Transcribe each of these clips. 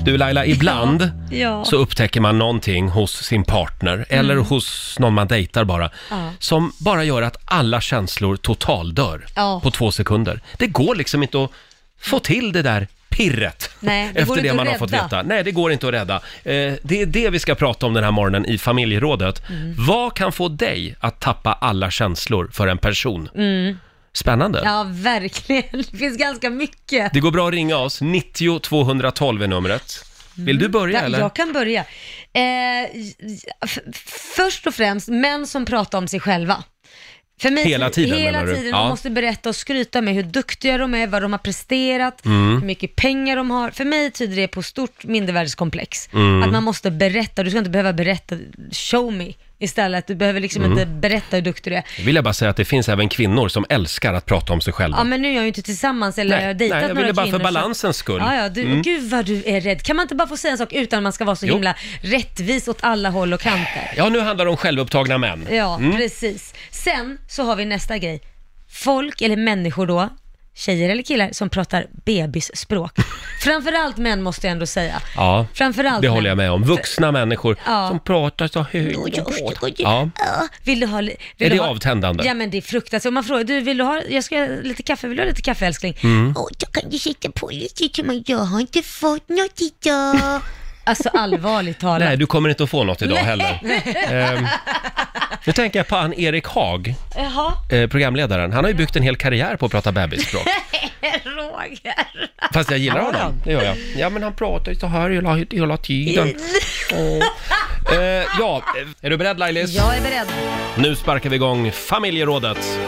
Du Laila, ibland Ja. så upptäcker man någonting hos sin partner eller hos någon man dejtar bara som bara gör att alla känslor totaldör på 2 sekunder. Det går liksom inte att få till det där pirret. Nej, det efter det man har fått veta. Nej, det går inte att rädda. Det är det vi ska prata om den här morgonen i familjerådet. Vad kan få dig att tappa alla känslor för en person? Spännande. Ja, verkligen. Det finns ganska mycket. Det går bra att ringa oss. 90 212 är numret. Vill du börja eller? Jag kan börja. Först och främst, män som pratar om sig själva. För mig, hela tiden hela menar du? tiden. Ja. De måste berätta och skryta med hur duktiga de är, vad de har presterat, hur mycket pengar de har. För mig tyder det på stort mindervärdeskomplex. Att man måste berätta, du ska inte behöva berätta, show me istället. Du behöver liksom inte berätta hur duktig du är. Jag vill bara säga att det finns även kvinnor som älskar att prata om sig själva. Ja, men nu är jag ju inte tillsammans eller jag har dejtat jag några ville bara kvinnor. för balansens skull. Ja, gud vad du är rädd. Kan man inte bara få säga en sak utan att man ska vara så himla rättvis åt alla håll och kanter? Ja, nu handlar det om självupptagna män. Ja, precis. Sen så har vi nästa grej. Folk eller människor då, tjejer eller killar som pratar bebisspråk. Framförallt män måste jag ändå säga. Ja, Framförallt det män. håller jag med om. Vuxna människor som pratar så högt. Ja. Vill du ha... Är det avtändande? Ja, men det är fruktansvärt. Om man frågar, vill du ha... Jag ska ha lite kaffe. Vill du ha lite kaffe, älskling? Jag kan ju sitta på lite, men jag har inte fått något idag. Alltså allvarligt talat. Nej, du kommer inte att få något idag heller. Nu tänker jag på han Erik Haag, programledaren. Han har ju byggt en hel karriär på att prata bebisspråk. Roger. Fast jag gillar honom, det gör jag. Ja, men han pratar ju så här hela tiden. Ja, är du beredd Lailis? Jag är beredd. Nu sparkar vi igång familjerådet.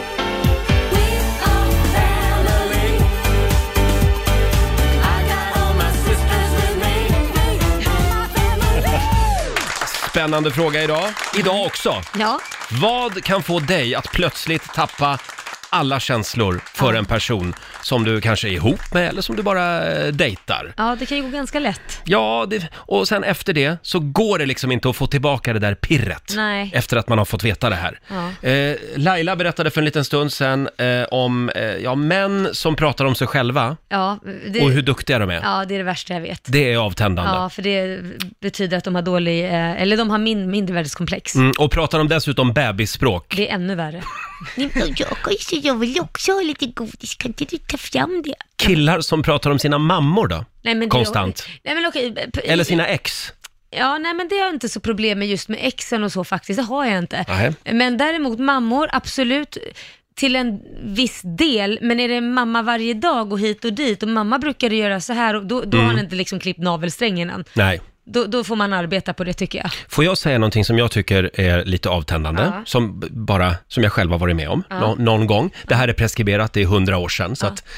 Spännande fråga idag också. Ja. Vad kan få dig att plötsligt tappa alla känslor för en person som du kanske är ihop med eller som du bara dejtar? Ja, det kan ju gå ganska lätt. Ja, och sen efter det så går det liksom inte att få tillbaka det där pirret. Nej. Efter att man har fått veta det här. Ja. Laila berättade för en liten stund sedan om män som pratar om sig själva och hur duktiga de är. Ja, det är det värsta jag vet. Det är avtändande. Ja, för det betyder att de har dålig, eller de har mindervärdeskomplex. Och pratar de dessutom bebisspråk. Det är ännu värre. Jag vill också ha lite godis, kan inte du ta fram det? Killar som pratar om sina mammor då? Nej, men konstant. Nej, men okej. Eller sina ex. Ja, nej men det har jag inte så problem med just med exen och så faktiskt, det har jag inte. Nej. Men däremot mammor, absolut till en viss del, men är det mamma varje dag och hit och dit och mamma brukar göra så här och då har han inte liksom klippt navelsträngen än. Nej. Då får man arbeta på det tycker jag. Får jag säga någonting som jag tycker är lite avtändande, som jag själv har varit med om någon gång. Det här är preskriberat, det är 100 år sedan, så att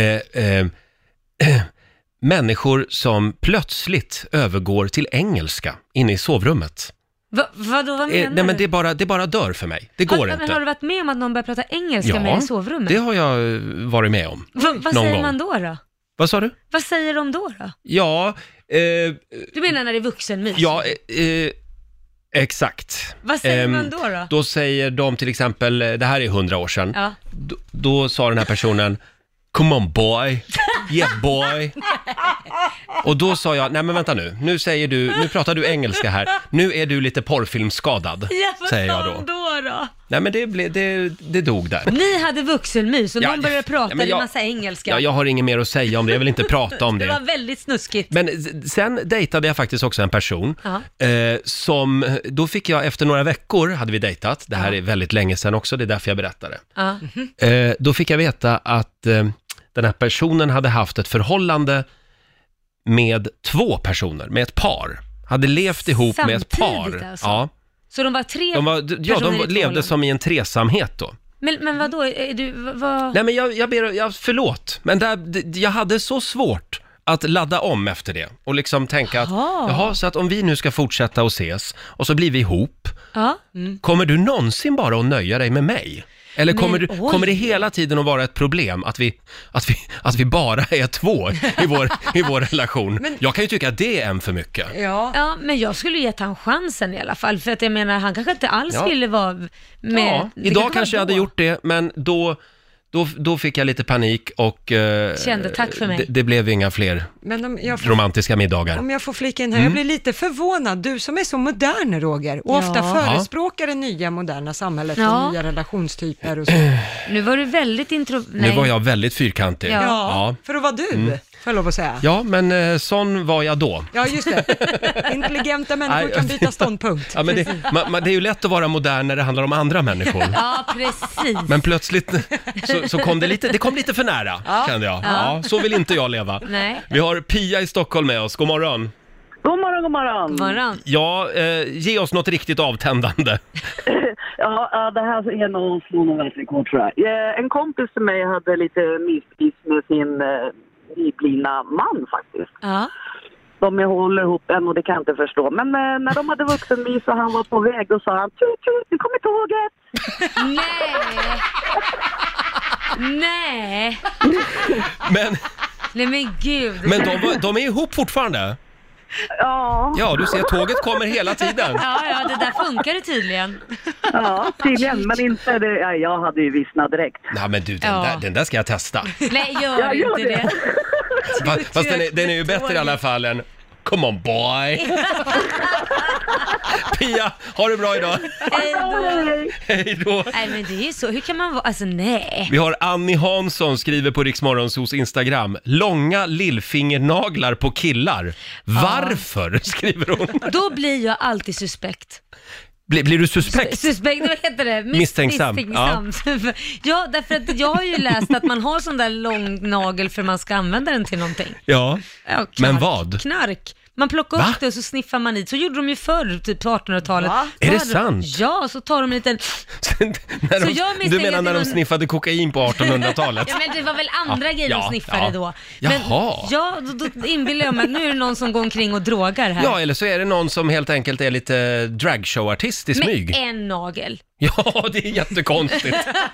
människor som plötsligt övergår till engelska inne i sovrummet. Vad menar du? Nej, men det bara dör för mig. Det går inte. Men har du varit med om att någon börjar prata engelska med i sovrummet? Det har jag varit med om. Vad säger man då? Vad sa du? Vad säger de då? Ja... du menar när det är vuxenmys? Ja, exakt. Vad säger man då? Då säger de till exempel, det här är 100 år sedan, då sa den här personen come on boy, yeah boy. Och då sa jag, nej men vänta nu pratar du engelska här, nu är du lite porrfilmskadad, säger jag då. Nej men det dog där. Ni hade vuxenmys och någon började prata i massa engelska. Ja, jag har inget mer att säga om det, jag vill inte prata om det. Det var väldigt snuskigt. Men sen dejtade jag faktiskt också en person som, då fick jag efter några veckor, hade vi dejtat, det här är väldigt länge sedan också, det är därför jag berättar det. Då fick jag veta att den här personen hade haft ett förhållande med 2 personer, med ett par. Hade levt ihop med ett par. Alltså. Ja. Så de var 3 personer de levde som i en tresamhet då. Men vadå? Nej men förlåt. Men jag hade så svårt att ladda om efter det. Och liksom tänka att, så att om vi nu ska fortsätta att ses och så blir vi ihop. Kommer du någonsin bara att nöja dig med mig? Eller kommer det hela tiden att vara ett problem att vi bara är 2 i vår relation? Jag kan ju tycka att det är en för mycket. Ja, men jag skulle gett han chansen i alla fall. För att jag menar, han kanske inte alls ville vara med. Ja, idag kanske jag hade gjort det, men då Då fick jag lite panik och kände tack för mig. Det blev inga fler romantiska middagar. Om jag får flika in här, jag blir lite förvånad. Du som är så modern, Roger, och ofta förespråkar det nya moderna samhället och nya relationstyper och så. Nu var du väldigt Nu var jag väldigt fyrkantig. Ja, för att vara du, får jag lov att säga. Ja, men sån var jag då. Ja, just det. Intelligenta människor kan byta ståndpunkt. Ja, men det är ju lätt att vara modern när det handlar om andra människor. Ja, precis. Men plötsligt så kom det kom lite för nära, kände jag. Ja, så vill inte jag leva. Nej. Vi har Pia i Stockholm med oss. God morgon. God morgon, god morgon. God morgon. Ja, ge oss något riktigt avtändande. Ja, det här är nog slår nog verkligen kort, tror jag. En kompis till mig hade lite myspis med sin nyblivna man faktiskt. Ja. De håller ihop än och det kan jag inte förstå. Men när de hade vuxenvis och han var på väg, då sa han tut, nu kommer tåget. Nej. Nej men gud. Men de är ihop fortfarande? Ja. Ja, du ser, tåget kommer hela tiden. Ja, det där funkar det tydligen. Ja, tydligen, men inte det. Ja, jag hade ju vissnat direkt. Nej, men du, den där ska jag testa. Nej, gör inte det. Fast den är ju bättre i alla fall än Come on boy. Pia, ha det bra idag. Hej då. Nej, men det är ju så. Hur kan man vara? Alltså nej. Vi har Annie Hansson skriver på Riksmorgonsos Instagram. Långa lillfingernaglar på killar. Varför, skriver hon. Då blir jag alltid suspekt. Blir du suspekt? Suspekt, vad heter det? Misstänksam. Ja, därför att jag har ju läst att man har sån där lång nagel för man ska använda den till någonting. Ja, men vad? Knark. Man plockar upp det och så sniffar man i. Så gjorde de ju förr, typ på 1800-talet. Är det sant? Ja, så tar de en liten... Du menar när de sniffade kokain på 1800-talet? Ja, men det var väl andra grejer de sniffade då. Men, då inbillar jag mig att nu är det någon som går omkring och drogar här. Ja, eller så är det någon som helt enkelt är lite dragshowartist i smyg. Med en nagel. Ja, det är jättekonstigt.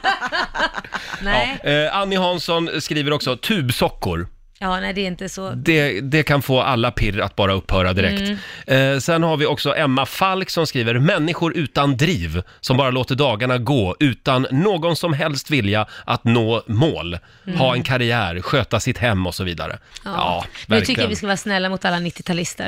Nej. Annie Hansson skriver också tubsockor. Ja, nej, det är inte så. Det kan få alla pirr att bara upphöra direkt. Sen har vi också Emma Falk som skriver människor utan driv som bara låter dagarna gå utan någon som helst vilja att nå mål. Ha en karriär, sköta sitt hem och så vidare. Ja, nu tycker jag vi ska vara snälla mot alla 90-talister.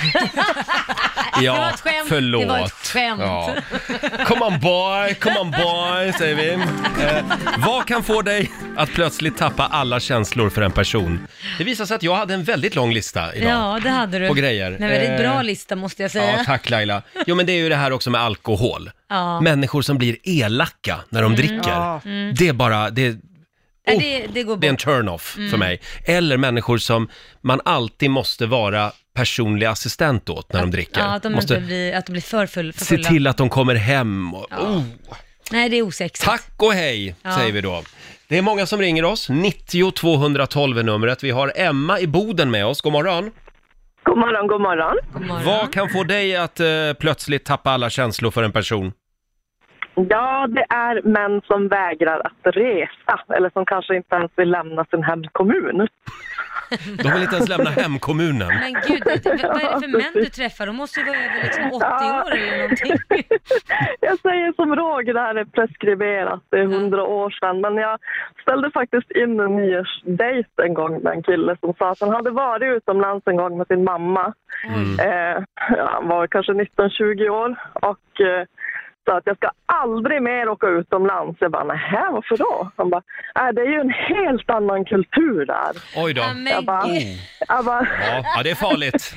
Ja, det var ett skämt. förlåt. Det var ett skämt. Ja. Come on boy, säger vi. Vad kan få dig att plötsligt tappa alla känslor för en person? Det visar sig att jag hade en väldigt lång lista idag. Ja, det hade du. På grejer. Nej, men det är en bra lista måste jag säga. Ja, tack Laila. Jo, men det är ju det här också med alkohol. Ja. Människor som blir elaka när de dricker. Det är bara... det går bort. Det är en turn-off för mig. Eller människor som man alltid måste vara personlig assistent åt när de dricker. Ja, att de inte blir för fulla. Se till att de kommer hem. Nej, det är osexigt. Tack och hej, säger vi då. Det är många som ringer oss. 90 212 är numret. Vi har Emma i Boden med oss. God morgon. God morgon, god morgon. Vad kan få dig att plötsligt tappa alla känslor för en person? Ja, det är män som vägrar att resa. Eller som kanske inte ens vill lämna sin hemkommun. De vill inte ens lämna hemkommunen. Men gud, vad är det för män du träffar? De måste ju vara över liksom 80 år eller någonting. Jag säger som Roger, det här är preskriberat, det är 100 år sedan. Men jag ställde faktiskt in en nyårsdejt en gång med en kille som sa att han hade varit utomlands en gång med sin mamma. Han var kanske 19-20 år och... så att jag ska aldrig mer åka utomlands. Jag bara, nej, varför då? Han bara, det är ju en helt annan kultur där. Oj då. Jag bara, ja, det är farligt.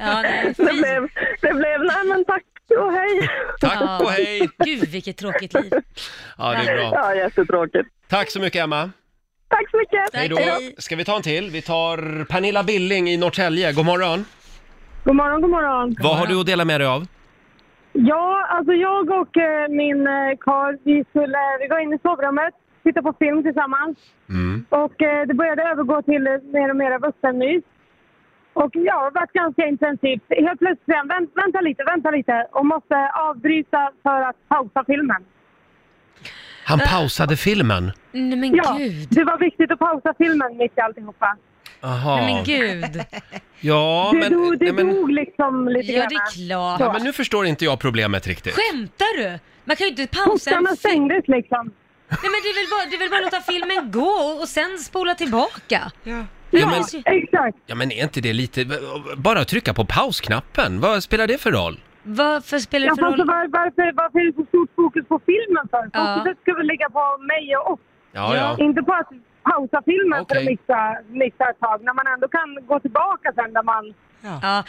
Det blev, nej men tack och hej. Tack och hej. Gud, vilket tråkigt liv. Ja, det är bra. Ja, jättetråkigt. Tack så mycket, Emma. Tack så mycket. Hej då. Ska vi ta en till? Vi tar Pernilla Billing i Norrtälje. God morgon. God morgon, god morgon. Vad har du att dela med dig av? Ja, alltså jag och min karl, vi går in i sovrummet, tittar på film tillsammans. Och det började övergå till mer och mer vuxenmys. Och ja, det har varit ganska intensivt. Helt plötsligt, vänta lite. Och måste avbryta för att pausa filmen. Han pausade filmen? Nej men gud. Det var viktigt att pausa filmen mitt i alltihopa. Aha. Nej men gud. Ja, det dog liksom lite grann. Ja, det är klart. Ja, men nu förstår inte jag problemet riktigt. Skämtar du? Man kan ju inte pausa Portarna stängdes liksom. Nej, men det är väl bara låta filmen gå och sen spola tillbaka. Ja. men, Exakt. ja, men är inte det lite... Bara trycka på pausknappen. Vad spelar det för roll? Varför spelar det för roll? Varför är det så stort fokus på filmen för? Fokuset ska väl ligga på mig och oss. Ja. Inte på att pausa filmen Okej. för att missa ett tag. När man ändå kan gå tillbaka sen där man... Ja,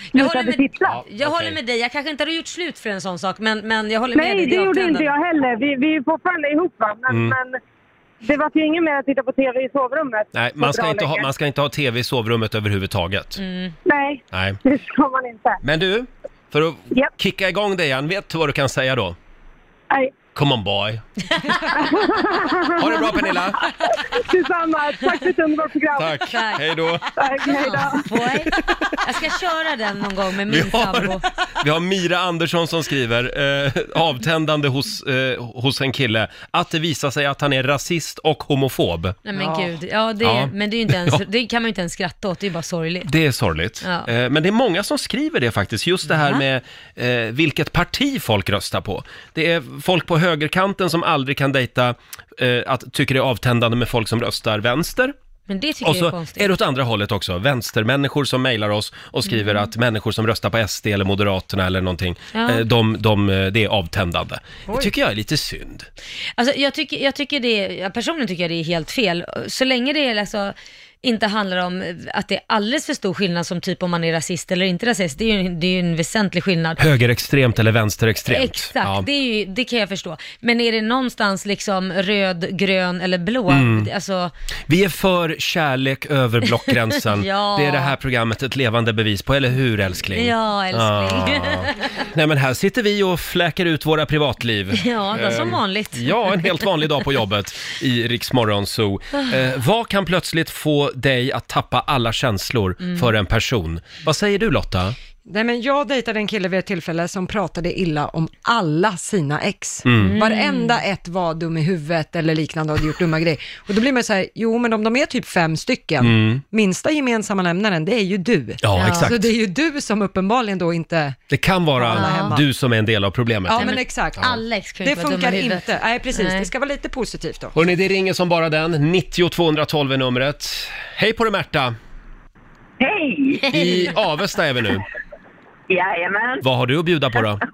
jag håller med dig. Jag kanske inte har gjort slut för en sån sak, men jag håller med dig. Nej, det gjorde inte jag heller. Vi är fortfarande ihop, va? Men det var ju ingen mer att titta på tv i sovrummet. Nej, man ska inte ha tv i sovrummet överhuvudtaget. Nej, det ska man inte. Men du, för att kicka igång dig igen, vet du vad du kan säga då? Nej. Come on boy. Ha det bra, Pernilla. Tillsammans. Tack för ett underbart program. Tack. Hej då. Tack, hej då. Boy. Jag ska köra den någon gång med min sambo. Vi har Mira Andersson som skriver avtändande hos en kille att det visar sig att han är rasist och homofob. Nej men gud, men det är ju inte ens, det kan man ju inte ens skratta åt, det är bara sorgligt. Det är sorgligt. Ja. Men det är många som skriver det faktiskt, just det här med vilket parti folk röstar på. Det är folk på högerkanten som aldrig kan dejta tycker det är avtändande med folk som röstar vänster. Men det tycker jag är konstigt. Och så är det åt andra hållet också. Vänstermänniskor som mejlar oss och skriver att människor som röstar på SD eller Moderaterna eller någonting, det är avtändande. Det tycker jag är lite synd. Alltså personligen tycker jag det är helt fel. Så länge det är alltså inte handlar om att det är alldeles för stor skillnad som typ om man är rasist eller inte rasist. Det är ju en väsentlig skillnad. Högerextremt eller vänsterextremt. Exakt, ja. Det kan jag förstå. Men är det någonstans liksom röd, grön eller blå? Alltså... Vi är för kärlek över blockgränsen. Ja. Det är det här programmet ett levande bevis på, eller hur älskling? Ja, älskling. Nej men här sitter vi och fläker ut våra privatliv. Ja, det är som vanligt. Ja, en helt vanlig dag på jobbet i Rix Morgon Zoo. Vad kan plötsligt få dig att tappa alla känslor för en person? Vad säger du, Lotta? Nej, men jag dejtade en kille vid ett tillfälle som pratade illa om alla sina ex. Varenda ett var dum i huvudet eller liknande och hade gjort dumma grejer. Och då blir man så här, jo men om de är typ 5 stycken, minsta gemensamma nämnaren, det är ju du. Ja, exakt. Så det är ju du som uppenbarligen då inte... Det kan vara du som är en del av problemet. Ja, men exakt. Alla ex kan det inte vara funkar dumma i inte. Nej, precis. Nej. Det ska vara lite positivt då. Hörrni, det ringer som bara den. 90 212 är numret. Hej på dig, Märta. Hej! I Avesta är vi nu. Jajamän. Vad har du att bjuda på då?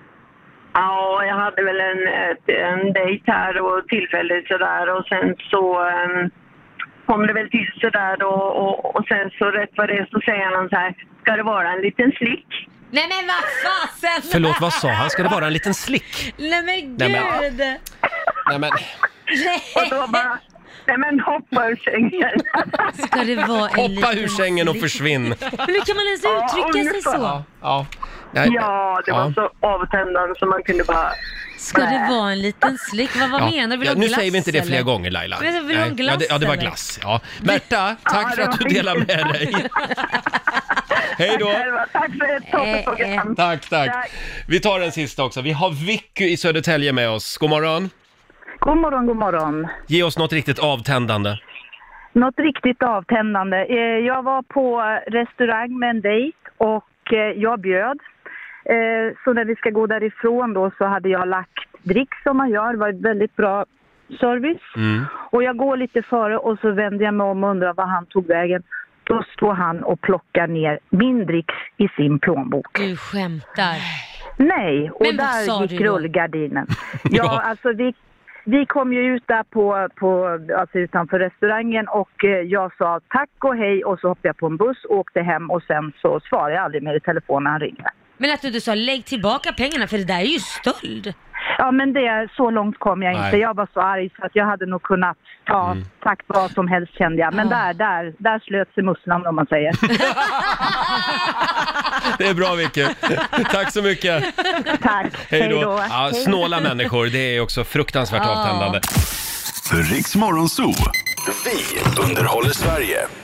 Ja, jag hade väl en dejt här och tillfälligt sådär och sen så kom det väl till sådär och sen så rätt vad det är så säger han så här, ska det vara en liten slick? Nej men vad fasen! Förlåt, vad sa han? Ska det vara en liten slick? Nej men gud! Nej men... Och då bara... Nej men hoppa ur sängen. Ska det vara en hoppa ur sängen och försvinn. Hur kan man ens uttrycka sig så? Ja, det var så avtändande som man kunde bara... Ska det vara en liten slick? Vad menar du? Nu säger vi inte det fler gånger, Laila. Vill du ha glass, det var glass. Ja. Märta, tack för att du delar med dig. Hej då. Tack för ett toppenprogram. Tack. Vi tar den sista också. Vi har Vicky i Södertälje med oss. God morgon. God morgon. Ge oss något riktigt avtändande. Något riktigt avtändande. Jag var på restaurang med en dejt och jag bjöd. Så när vi ska gå därifrån då så hade jag lagt dricks som man gör. Det var ett väldigt bra service. Och jag går lite före och så vänder jag mig om och undrar vad han tog vägen. Då står han och plockar ner min dricks i sin plånbok. Du skämtar. Nej, och men där gick rullgardinen. Ja, alltså vi kom ju ut där alltså utanför restaurangen och jag sa tack och hej och så hoppade jag på en buss och åkte hem och sen så svarade jag aldrig mer i telefonen när han ringde. Men att du sa lägg tillbaka pengarna för det där är ju stöld. Ja men så långt kom jag inte. Jag var så arg så att jag hade nog kunnat ta tack vad som helst kände jag. Men där slöt sig musslan om man säger. Det är bra Vicky. Tack så mycket. Tack. Hej då. Ja, snåla människor, det är också fruktansvärt avtändande. Rix Morgon Zoo. Vi underhåller Sverige.